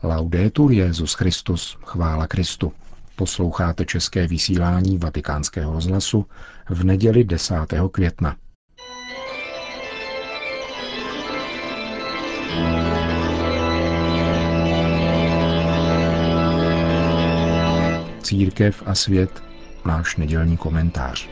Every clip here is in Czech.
Laudetur Jesus Christus, chvála Kristu. Posloucháte české vysílání Vatikánského rozhlasu v neděli 10. května. Církev a svět, náš nedělní komentář.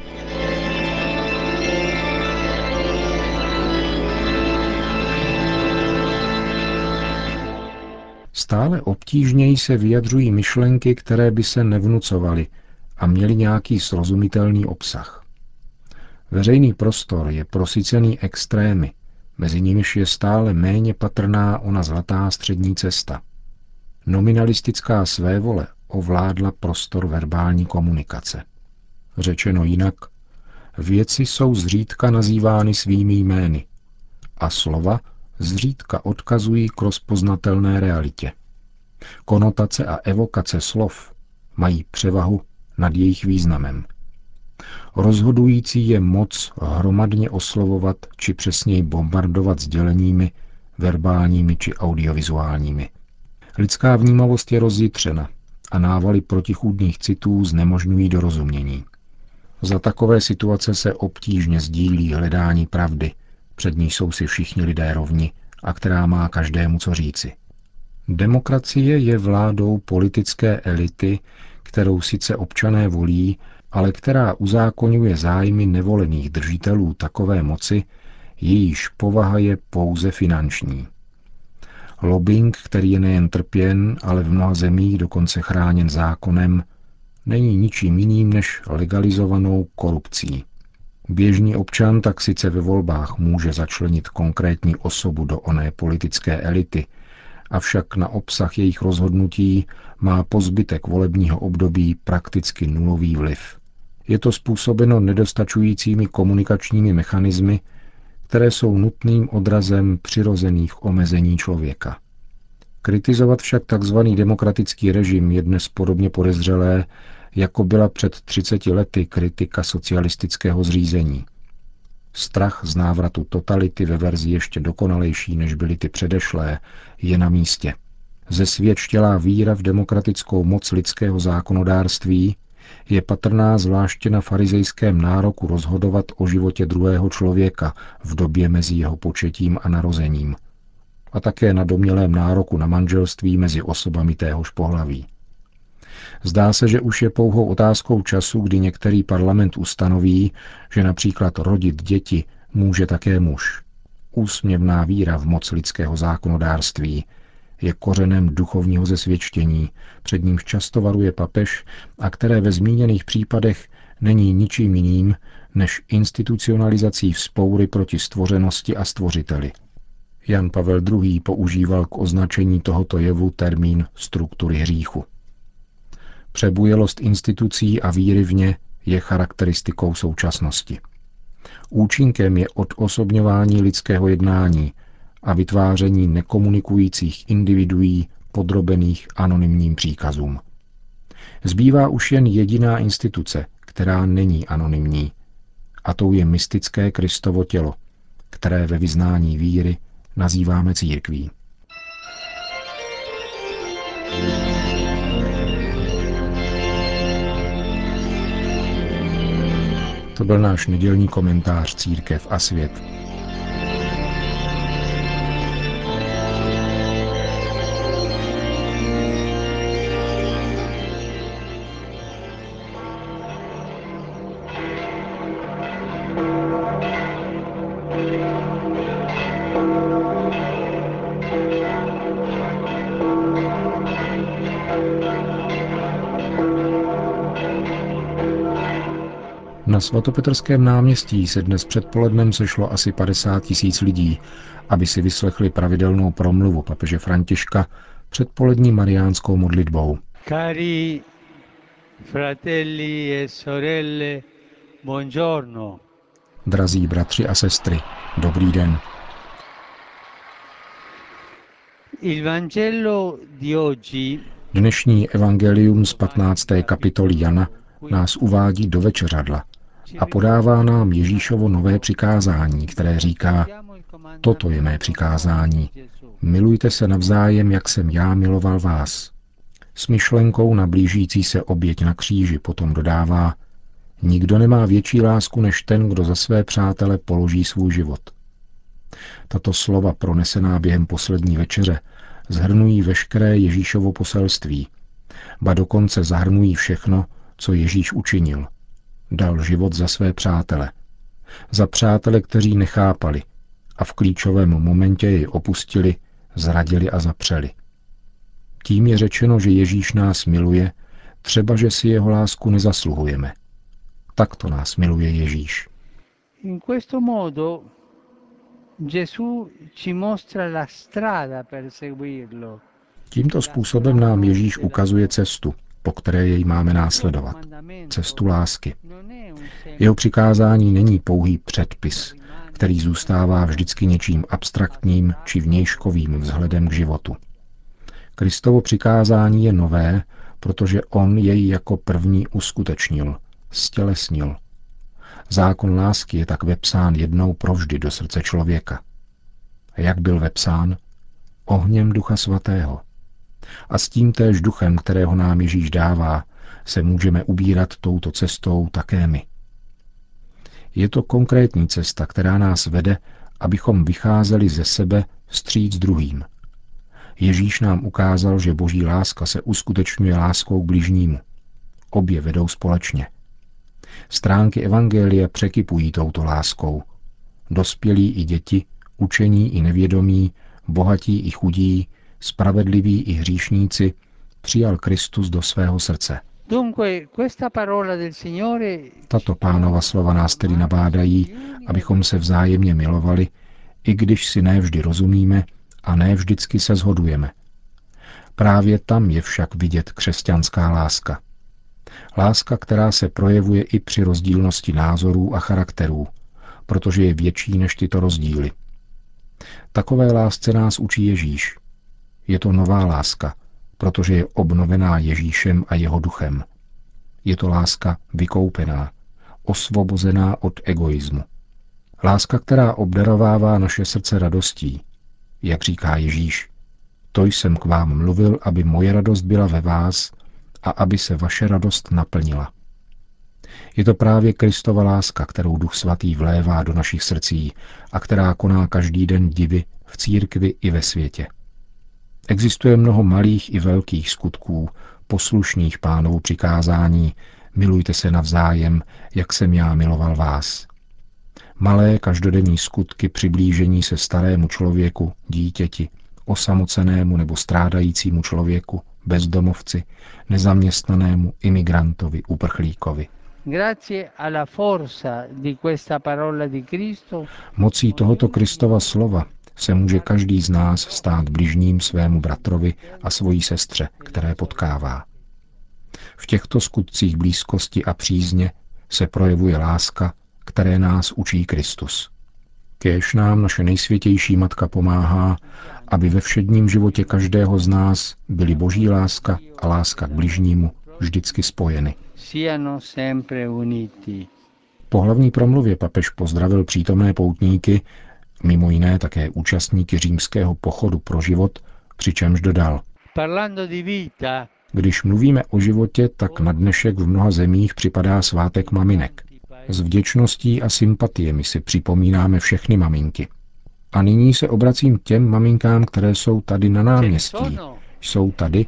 Stále obtížněji se vyjadřují myšlenky, které by se nevnucovaly a měly nějaký srozumitelný obsah. Veřejný prostor je prosycený extrémy, mezi nimiž je stále méně patrná ona zlatá střední cesta. Nominalistická svévole ovládla prostor verbální komunikace. Řečeno jinak, věci jsou zřídka nazývány svými jmény a slova zřídka odkazují k rozpoznatelné realitě. Konotace a evokace slov mají převahu nad jejich významem. Rozhodující je moc hromadně oslovovat či přesněji bombardovat sděleními, verbálními či audiovizuálními. Lidská vnímavost je rozjitřena a návaly protichůdných citů znemožňují dorozumění. Za takové situace se obtížně sdílí hledání pravdy, před níž jsou si všichni lidé rovni a která má každému co říci. Demokracie je vládou politické elity, kterou sice občané volí, ale která uzákoňuje zájmy nevolených držitelů takové moci, jejíž povaha je pouze finanční. Lobbying, který je nejen trpěn, ale v mnoha zemích dokonce chráněn zákonem, není ničím jiným než legalizovanou korupcí. Běžný občan tak sice ve volbách může začlenit konkrétní osobu do oné politické elity, avšak na obsah jejich rozhodnutí má po zbytek volebního období prakticky nulový vliv. Je to způsobeno nedostačujícími komunikačními mechanismy, které jsou nutným odrazem přirozených omezení člověka. Kritizovat však tzv. Demokratický režim je dnes podobně podezřelé, jako byla před 30 lety kritika socialistického zřízení. Strach z návratu totality ve verzi ještě dokonalejší, než byly ty předešlé, je na místě. Zesvědčilá víra v demokratickou moc lidského zákonodárství je patrná zvláště na farizejském nároku rozhodovat o životě druhého člověka v době mezi jeho početím a narozením. A také na domnělém nároku na manželství mezi osobami téhož pohlaví. Zdá se, že už je pouhou otázkou času, kdy některý parlament ustanoví, že například rodit děti může také muž. Úsměvná víra v moc lidského zákonodárství je kořenem duchovního zesvědčení, před nímž často varuje papež a které ve zmíněných případech není ničím jiným než institucionalizací vzpoury proti stvořenosti a stvořiteli. Jan Pavel II. Používal k označení tohoto jevu termín struktury hříchu. Přebujelost institucí a víry v ně je charakteristikou současnosti. Účinkem je odosobňování lidského jednání a vytváření nekomunikujících individuí podrobených anonymním příkazům. Zbývá už jen jediná instituce, která není anonymní, a tou je mystické Kristovo tělo, které ve vyznání víry nazýváme církví. To byl náš nedělní komentář Církev a svět. Na svatopetrském náměstí se dnes předpolednem sešlo asi 50 000 lidí, aby si vyslechli pravidelnou promluvu papeže Františka před polední mariánskou modlitbou. Cari fratelli e sorelle, buongiorno. Drazí bratři a sestry, dobrý den. Il Vangelo di oggi Dnešní evangelium z 15. kapitoly Jana nás uvádí do večeřadla a podává nám Ježíšovo nové přikázání, které říká: Toto je mé přikázání. Milujte se navzájem, jak jsem já miloval vás. S myšlenkou na blížící se oběť na kříži potom dodává: nikdo nemá větší lásku než ten, kdo za své přátele položí svůj život. Tato slova pronesená během poslední večeře shrnují veškeré Ježíšovo poselství, ba dokonce zahrnují všechno, co Ježíš učinil. Dal život za své přátele. Za přátele, kteří nechápali a v klíčovém momentě jej opustili, zradili a zapřeli. Tím je řečeno, že Ježíš nás miluje, třeba že si jeho lásku nezasluhujeme. Takto nás miluje Ježíš. In questo modo Gesù ci mostra la strada per seguirlo. Tímto způsobem nám Ježíš ukazuje cestu, po které jej máme následovat. Cestu lásky. Jeho přikázání není pouhý předpis, který zůstává vždycky něčím abstraktním či vnějškovým vzhledem k životu. Kristovo přikázání je nové, protože on jej jako první uskutečnil, stělesnil. Zákon lásky je tak vepsán jednou provždy do srdce člověka. A jak byl vepsán? Ohněm Ducha Svatého. A s tím též duchem, kterého nám Ježíš dává, se můžeme ubírat touto cestou také my. Je to konkrétní cesta, která nás vede, abychom vycházeli ze sebe vstříc druhým. Ježíš nám ukázal, že boží láska se uskutečňuje láskou k bližnímu. Obě vedou společně. Stránky evangelia překypují touto láskou. Dospělí i děti, učení i nevědomí, bohatí i chudí, spravedliví i hříšníci přijal Kristus do svého srdce. Tato Pánova slova nás tedy nabádají, abychom se vzájemně milovali, i když si ne vždy rozumíme a ne vždycky se shodujeme. Právě tam je však vidět křesťanská láska. Láska, která se projevuje i při rozdílnosti názorů a charakterů, protože je větší než tyto rozdíly. Takové lásce nás učí Ježíš. Je to nová láska, protože je obnovená Ježíšem a jeho duchem. Je to láska vykoupená, osvobozená od egoismu. Láska, která obdarovává naše srdce radostí. Jak říká Ježíš, to jsem k vám mluvil, aby moje radost byla ve vás a aby se vaše radost naplnila. Je to právě Kristova láska, kterou Duch Svatý vlévá do našich srdcí a která koná každý den divy v církvi i ve světě. Existuje mnoho malých i velkých skutků, poslušných Pánovu přikázání, milujte se navzájem, jak jsem já miloval vás. Malé každodenní skutky přiblížení se starému člověku, dítěti, osamocenému nebo strádajícímu člověku, bezdomovci, nezaměstnanému, imigrantovi, uprchlíkovi. Mocí tohoto Kristova slova se může každý z nás stát bližním svému bratrovi a svojí sestře, které potkává. V těchto skutcích blízkosti a přízně se projevuje láska, které nás učí Kristus. Kéž nám naše nejsvětější Matka pomáhá, aby ve všedním životě každého z nás byly boží láska a láska k bližnímu vždycky spojeny. Po hlavní promluvě papež pozdravil přítomné poutníky, mimo jiné také účastníky římského pochodu pro život, přičemž dodal: Když mluvíme o životě, tak na dnešek v mnoha zemích připadá svátek maminek. S vděčností a sympatiemi si připomínáme všechny maminky. A nyní se obracím k těm maminkám, které jsou tady na náměstí. Jsou tady?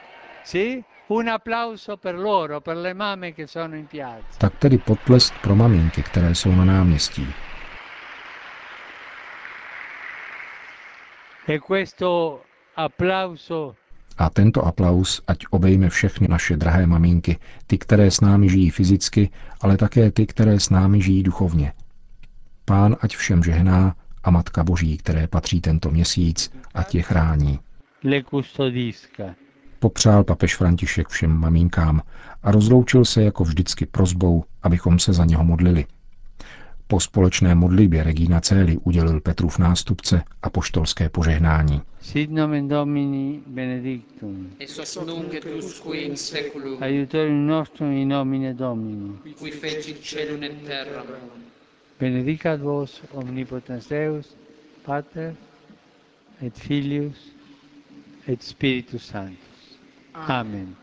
Tak tedy potlesk pro maminky, které jsou na náměstí. A tento aplaus ať obejme všechny naše drahé maminky, ty, které s námi žijí fyzicky, ale také ty, které s námi žijí duchovně. Pán ať všem žehná a Matka Boží, které patří tento měsíc, ať je chrání. Popřál papež František všem maminkám a rozloučil se jako vždycky prosbou, abychom se za něho modlili. Po společné modlitbě Regina Coeli udělil Petrův nástupce apoštolské požehnání. Sit nomen Domini benedictum. Ex hoc nunc et usque in seculum. Aiutorium nostrum in nomine Domini. Qui fecit caelum et terram. Benedicat vos omnipotens Deus, Pater et Filius et Spiritus Sanctus. Amen.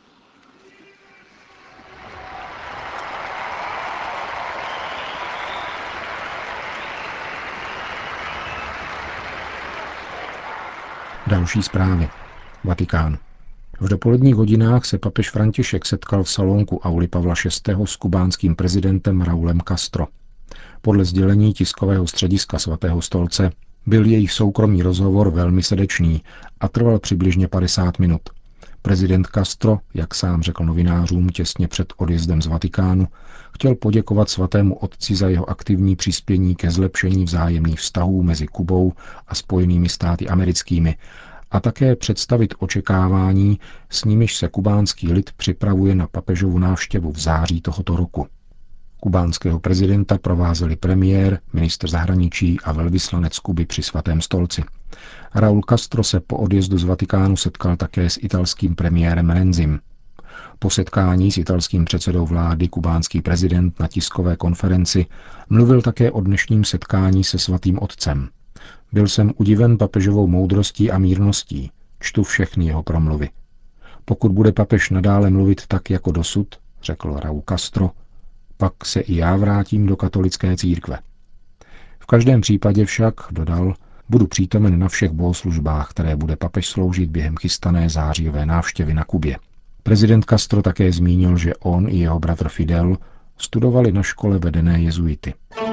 Další zprávy. Vatikán. V dopoledních hodinách se papež František setkal v salonku auly Pavla VI. S kubánským prezidentem Raulem Castro. Podle sdělení tiskového střediska Svatého stolce byl jejich soukromý rozhovor velmi srdečný a trval přibližně 50 minut. Prezident Castro, jak sám řekl novinářům těsně před odjezdem z Vatikánu, chtěl poděkovat svatému otci za jeho aktivní přispění ke zlepšení vzájemných vztahů mezi Kubou a Spojenými státy americkými a také představit očekávání, s nimiž se kubánský lid připravuje na papežovu návštěvu v září tohoto roku. Kubánského prezidenta provázeli premiér, ministr zahraničí a velvyslanec Kuby při Svatém stolci. Raúl Castro se po odjezdu z Vatikánu setkal také s italským premiérem Renzim. Po setkání s italským předsedou vlády kubánský prezident na tiskové konferenci mluvil také o dnešním setkání se Svatým otcem. Byl jsem udiven papežovou moudrostí a mírností. Čtu všechny jeho promluvy. Pokud bude papež nadále mluvit tak jako dosud, řekl Raúl Castro, pak se i já vrátím do katolické církve. V každém případě však, dodal, budu přítomen na všech bohoslužbách, které bude papež sloužit během chystané zářijové návštěvy na Kubě. Prezident Castro také zmínil, že on i jeho bratr Fidel studovali na škole vedené jezuity.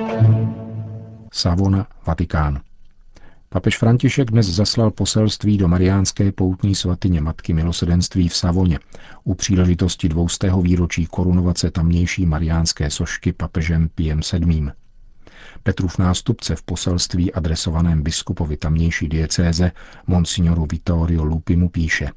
Savona, Vatikán. Papež František dnes zaslal poselství do mariánské poutní svatyně Matky milosrdenství v Savoně u příležitosti 200. výročí korunovace tamnější mariánské sošky papežem Piem VII. Petrův nástupce v poselství adresovaném biskupovi tamnější diecéze monsignoru Vittorio Lupimu píše: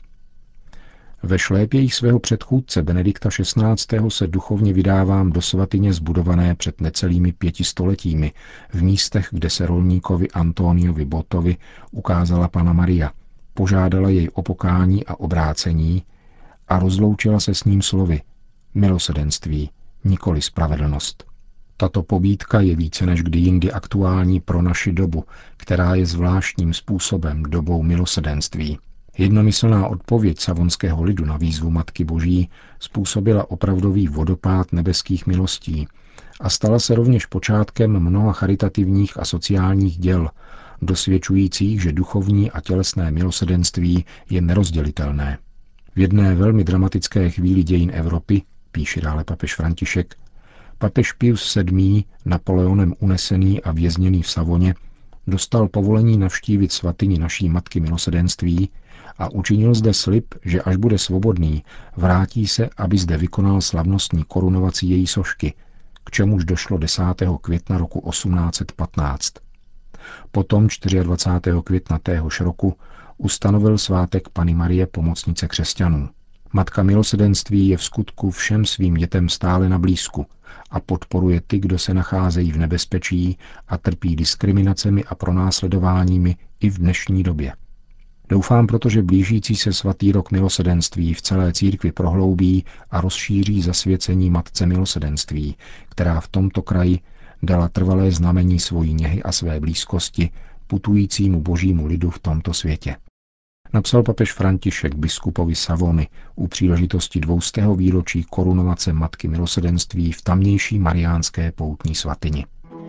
Ve šlépějích svého předchůdce Benedikta XVI. Se duchovně vydávám do svatyně zbudované před necelými 500 stoletími v místech, kde se rolníkovi Antoniovi Botovi ukázala Panna Maria, požádala jej o pokání a obrácení a rozloučila se s ním slovy milosrdenství, nikoli spravedlnost. Tato pobídka je více než kdy jindy aktuální pro naši dobu, která je zvláštním způsobem dobou milosrdenství. Jednomyslná odpověď savonského lidu na výzvu Matky Boží způsobila opravdový vodopád nebeských milostí a stala se rovněž počátkem mnoha charitativních a sociálních děl, dosvědčujících, že duchovní a tělesné milosrdenství je nerozdělitelné. V jedné velmi dramatické chvíli dějin Evropy, píše dále papež František, papež Pius VII., Napoleonem unesený a vězněný v Savoně, dostal povolení navštívit svatyni naší Matky milosrdenství a učinil zde slib, že až bude svobodný, vrátí se, aby zde vykonal slavnostní korunovaci její sošky, k čemuž došlo 10. května roku 1815. Potom 24. května téhož roku ustanovil svátek Panny Marie Pomocnice křesťanů. Matka milosrdenství je v skutku všem svým dětem stále na blízku a podporuje ty, kdo se nacházejí v nebezpečí a trpí diskriminacemi a pronásledováními i v dnešní době. Doufám proto, že blížící se svatý rok milosrdenství v celé církvi prohloubí a rozšíří zasvěcení Matce milosrdenství, která v tomto kraji dala trvalé znamení svojí něhy a své blízkosti putujícímu božímu lidu v tomto světě. Napsal papež František biskupovi Savony u příležitosti 200. výročí korunovace Matky milosrdenství v tamnější mariánské poutní svatyni.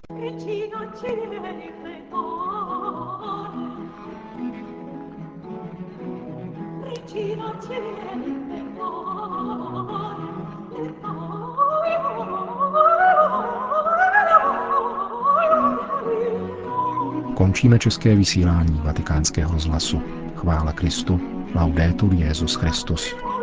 Končíme české vysílání Vatikánského rozhlasu. Chvála Kristu, laudetur Jesus Christus.